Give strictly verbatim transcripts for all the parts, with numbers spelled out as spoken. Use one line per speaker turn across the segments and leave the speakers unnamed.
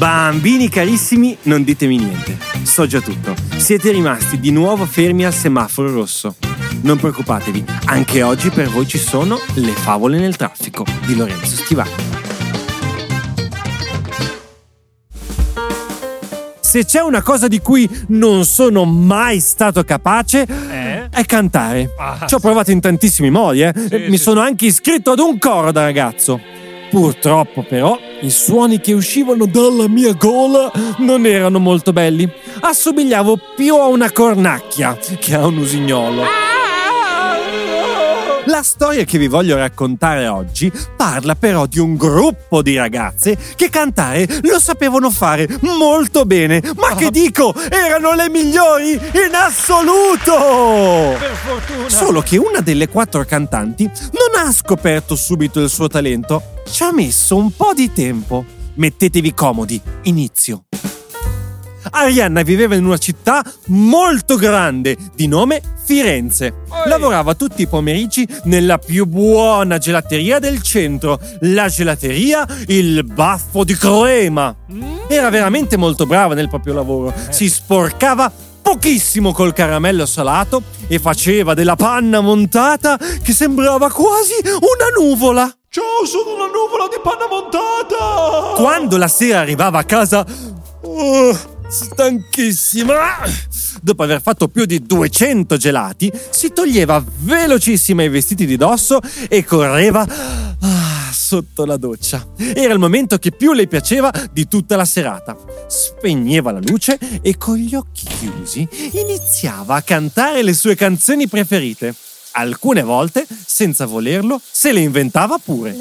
Bambini carissimi, non ditemi niente. So già tutto. Siete rimasti di nuovo fermi al semaforo rosso. Non preoccupatevi, anche oggi per voi ci sono Le favole nel traffico di Lorenzo Schivacca. Se c'è una cosa di cui non sono mai stato capace eh? è cantare. Ah, ci ho provato in tantissimi modi, eh. Sì, Mi sì, sono sì. anche iscritto ad un coro da ragazzo. Purtroppo però i suoni che uscivano dalla mia gola non erano molto belli. Assomigliavo più a una cornacchia che a un usignolo. La storia che vi voglio raccontare oggi parla però di un gruppo di ragazze che cantare lo sapevano fare molto bene, ma che dico, erano le migliori in assoluto!
Per fortuna!
Solo che una delle quattro cantanti non ha scoperto subito il suo talento, ci ha messo un po' di tempo. Mettetevi comodi, inizio. Arianna viveva in una città molto grande di nome Firenze. Oi. Lavorava tutti i pomeriggi nella più buona gelateria del centro, la gelateria Il Baffo di Crema. Mm. Era veramente molto brava nel proprio lavoro. Eh. Si sporcava pochissimo col caramello salato e faceva della panna montata che sembrava quasi una nuvola.
Ciao, sono una nuvola di panna montata!
Quando la sera arrivava a casa... Oh, stanchissima, dopo aver fatto più di duecento gelati, si toglieva velocissima i vestiti di dosso e correva ah, sotto la doccia. Era il momento che più le piaceva di tutta la serata. Spegneva la luce e con gli occhi chiusi iniziava a cantare le sue canzoni preferite. Alcune volte, senza volerlo, se le inventava pure.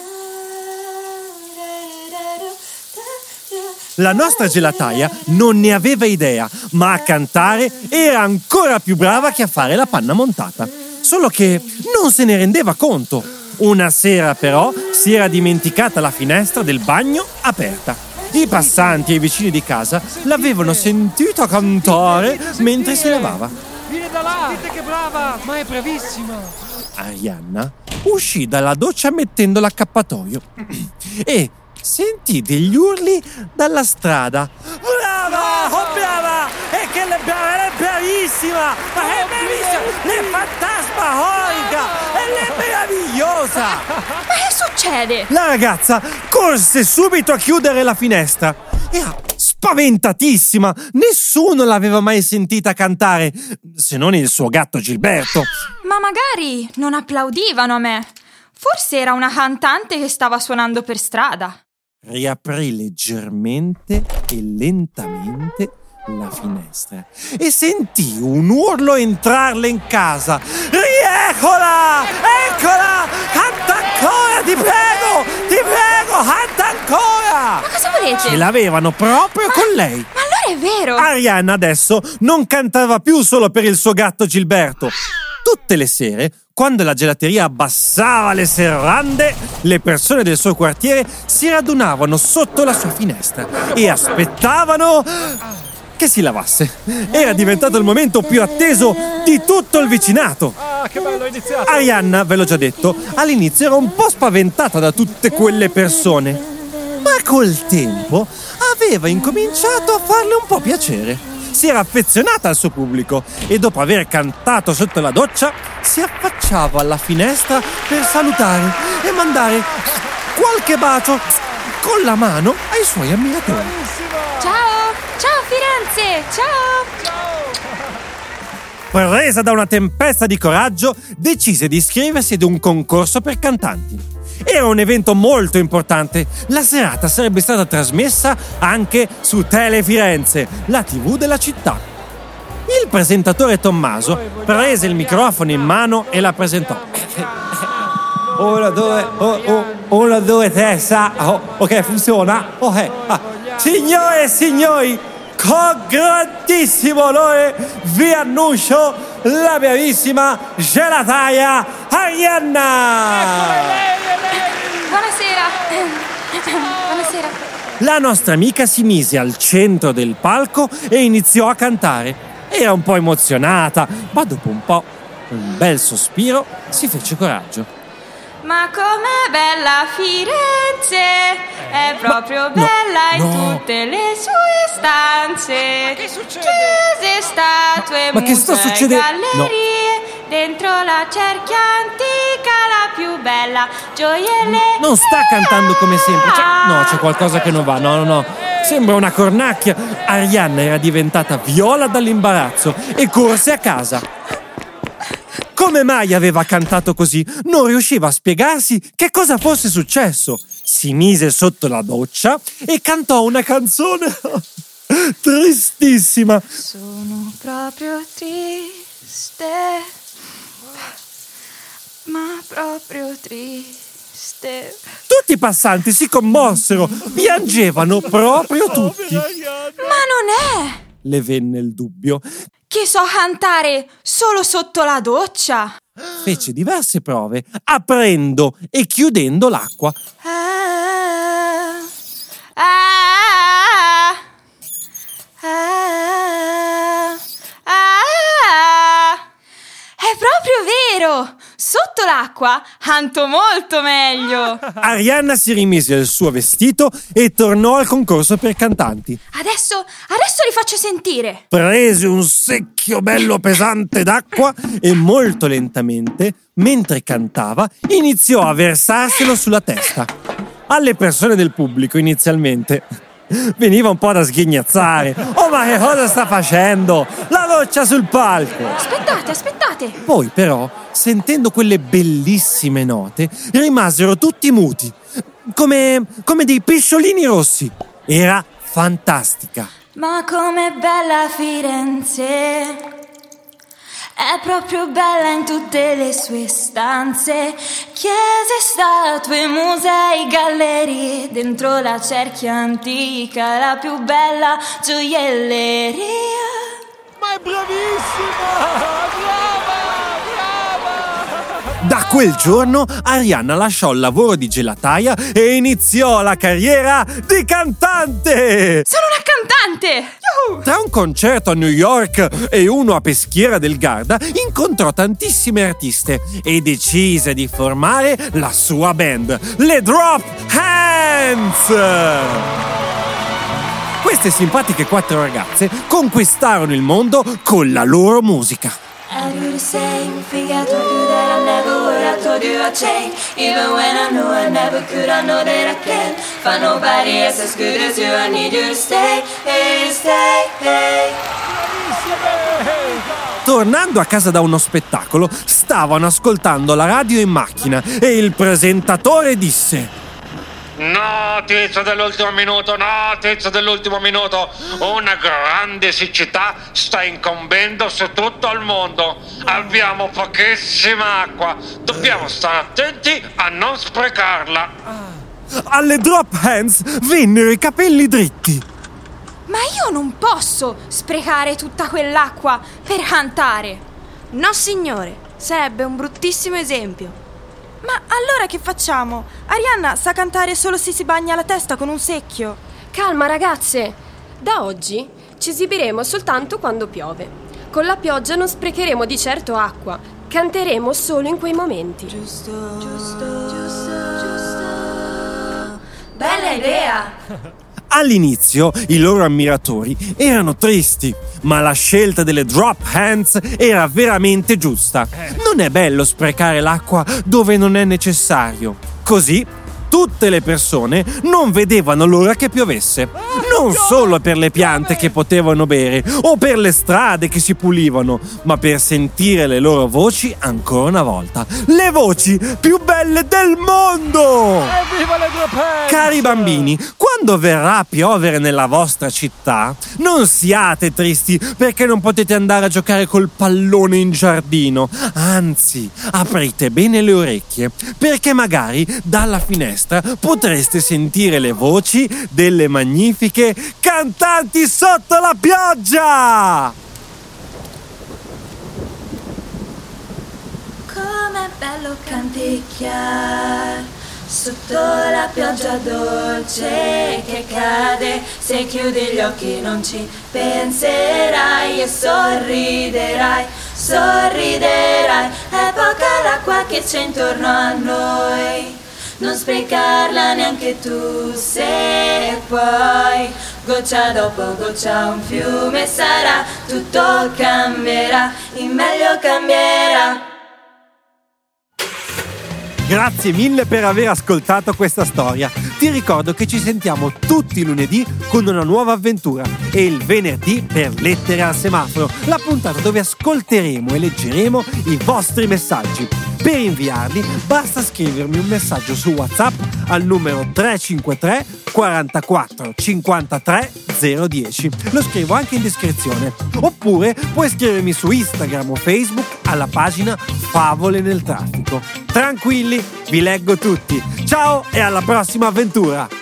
La nostra gelataia non ne aveva idea, ma a cantare era ancora più brava che a fare la panna montata. Solo che non se ne rendeva conto. Una sera però si era dimenticata la finestra del bagno aperta. I passanti e i vicini di casa l'avevano sentita cantare mentre si lavava.
Vieni da là, dite che brava, ma è bravissima.
Arianna uscì dalla doccia mettendo l'accappatoio e sentì degli urli dalla strada. Brava! Oh, brava! E che le brava, è bravissima! Ma è bravissima! È fantasmagorica! È meravigliosa!
Ma che succede?
La ragazza corse subito a chiudere la finestra. Era spaventatissima! Nessuno l'aveva mai sentita cantare, se non il suo gatto Gilberto.
Ma magari non applaudivano a me. Forse era una cantante che stava suonando per strada.
Riaprì leggermente e lentamente la finestra e sentì un urlo entrarle in casa. Rieccola! Eccola! Canta ancora, ti prego! Ti prego, canta ancora!
Ma cosa volete?
Ce l'avevano proprio
ma,
con lei.
Ma allora è vero!
Arianna adesso non cantava più solo per il suo gatto Gilberto. Tutte le sere, quando la gelateria abbassava le serrande, le persone del suo quartiere si radunavano sotto la sua finestra e aspettavano che si lavasse. Era diventato il momento più atteso di tutto il vicinato.
Ah, che bello, è iniziato!
Arianna, ve l'ho già detto, all'inizio era un po' spaventata da tutte quelle persone, ma col tempo aveva incominciato a farle un po' piacere. Si era affezionata al suo pubblico e dopo aver cantato sotto la doccia si affacciava alla finestra per salutare e mandare qualche bacio con la mano ai suoi ammiratori.
Ciao! Ciao Firenze! Ciao!
Ciao! Presa da una tempesta di coraggio, decise di iscriversi ad un concorso per cantanti. Era un evento molto importante. La serata sarebbe stata trasmessa anche su Tele Firenze, la tivù della città. Il presentatore Tommaso prese il microfono in mano e la presentò. Uno, due, oh, oh, uno, due, tre, sa, oh, ok, funziona. Okay. Ah. Signore e signori, con grandissimo onore vi annuncio la bravissima gelataia Arianna!
Buonasera! Buonasera!
La nostra amica si mise al centro del palco e iniziò a cantare. Era un po' emozionata, ma dopo un po', un bel sospiro, si fece coraggio.
Ma com'è bella Firenze, è proprio
no,
bella in
no.
tutte le sue stanze.
Ma che succede?
Chiese, statue,
Ma che sta
musei,
succedendo?
gallerie. Dentro la cerchia antica, la più bella, gioielli.
Non sta cantando come sempre. C'è- no, c'è qualcosa che non va. No, no, no. Sembra una cornacchia. Arianna era diventata viola dall'imbarazzo e corse a casa. Come mai aveva cantato così? Non riusciva a spiegarsi che cosa fosse successo. Si mise sotto la doccia e cantò una canzone tristissima.
Sono proprio triste, ma proprio triste.
Tutti i passanti si commossero, piangevano proprio tutti.
Ma non è
Le venne il dubbio.
che so cantare solo sotto la doccia.
Fece diverse prove, aprendo e chiudendo l'acqua.
Ah, ah, ah, ah. È proprio vero! Sotto l'acqua canto molto meglio.
Arianna si rimise il suo vestito e tornò al concorso per cantanti.
Adesso, adesso li faccio sentire.
Prese un secchio bello pesante d'acqua e molto lentamente, mentre cantava, iniziò a versarselo sulla testa. Alle persone del pubblico inizialmente veniva un po' da sghignazzare. Oh, ma che cosa sta facendo? La doccia sul palco!
Aspettate, aspettate.
Poi però, sentendo quelle bellissime note, rimasero tutti muti, come, come dei pesciolini rossi. Era fantastica.
Ma com'è bella Firenze! È proprio bella in tutte le sue stanze. Chiese, statue, musei, gallerie. Dentro la cerchia antica, la più bella gioielleria.
Ma è bravissima! Brava! Brava!
Da quel giorno Arianna lasciò il lavoro di gelataia e iniziò la carriera di cantante!
Sono una cantante! Yuhu!
Tra un concerto a New York e uno a Peschiera del Garda incontrò tantissime artiste e decise di formare la sua band, le Drop Hands! Queste simpatiche quattro ragazze conquistarono il mondo con la loro musica.
I do the same thing I told you that I never would. I told you I'd change. Even when I knew I never could, I know that I can. Find nobody else as good as you. I need you to stay, hey, stay, hey.
Tornando a casa da uno spettacolo, stavano ascoltando la radio in macchina e il presentatore disse:
Notizia dell'ultimo minuto, notizia dell'ultimo minuto. Una grande siccità sta incombendo su tutto il mondo. Abbiamo pochissima acqua. Dobbiamo stare attenti a non sprecarla.
alle Drop Hands vennero i capelli dritti.
Ma io non posso sprecare tutta quell'acqua per cantare.
No, signore, sarebbe un bruttissimo esempio. Ma allora che facciamo? Arianna sa cantare solo se si bagna la testa con un secchio.
Calma, ragazze. Da oggi ci esibiremo soltanto quando piove. Con la pioggia non sprecheremo di certo acqua. Canteremo solo in quei momenti.
Giusto, giusto, giusto, giusto. Bella idea!
All'inizio i loro ammiratori erano tristi, ma la scelta delle Drop Hands era veramente giusta. Non è bello sprecare l'acqua dove non è necessario. Così tutte le persone non vedevano l'ora che piovesse. Non solo per le piante che potevano bere o per le strade che si pulivano, ma per sentire le loro voci ancora una volta. Le voci più belle del mondo!
Evviva le Drop Hands!
Cari bambini, quando verrà a piovere nella vostra città, non siate tristi perché non potete andare a giocare col pallone in giardino. Anzi, aprite bene le orecchie, perché magari dalla finestra potreste sentire le voci delle magnifiche cantanti sotto la pioggia!
Com'è bello canticchiare sotto la pioggia dolce che cade. Se chiudi gli occhi non ci penserai e sorriderai, sorriderai. È poca l'acqua che c'è intorno a noi. non sprecarla neanche tu, se poi goccia dopo goccia un fiume sarà, tutto cambierà, in meglio cambierà.
Grazie mille per aver ascoltato questa storia. Ti ricordo che ci sentiamo tutti i lunedì con una nuova avventura e il venerdì per Lettere al semaforo, la puntata dove ascolteremo e leggeremo i vostri messaggi. Per inviarli basta scrivermi un messaggio su WhatsApp al numero tre cinque tre quarantaquattro cinquantatré zero dieci. Lo scrivo anche in descrizione. Oppure puoi scrivermi su Instagram o Facebook alla pagina Favole nel traffico. Tranquilli, vi leggo tutti. Ciao e alla prossima avventura!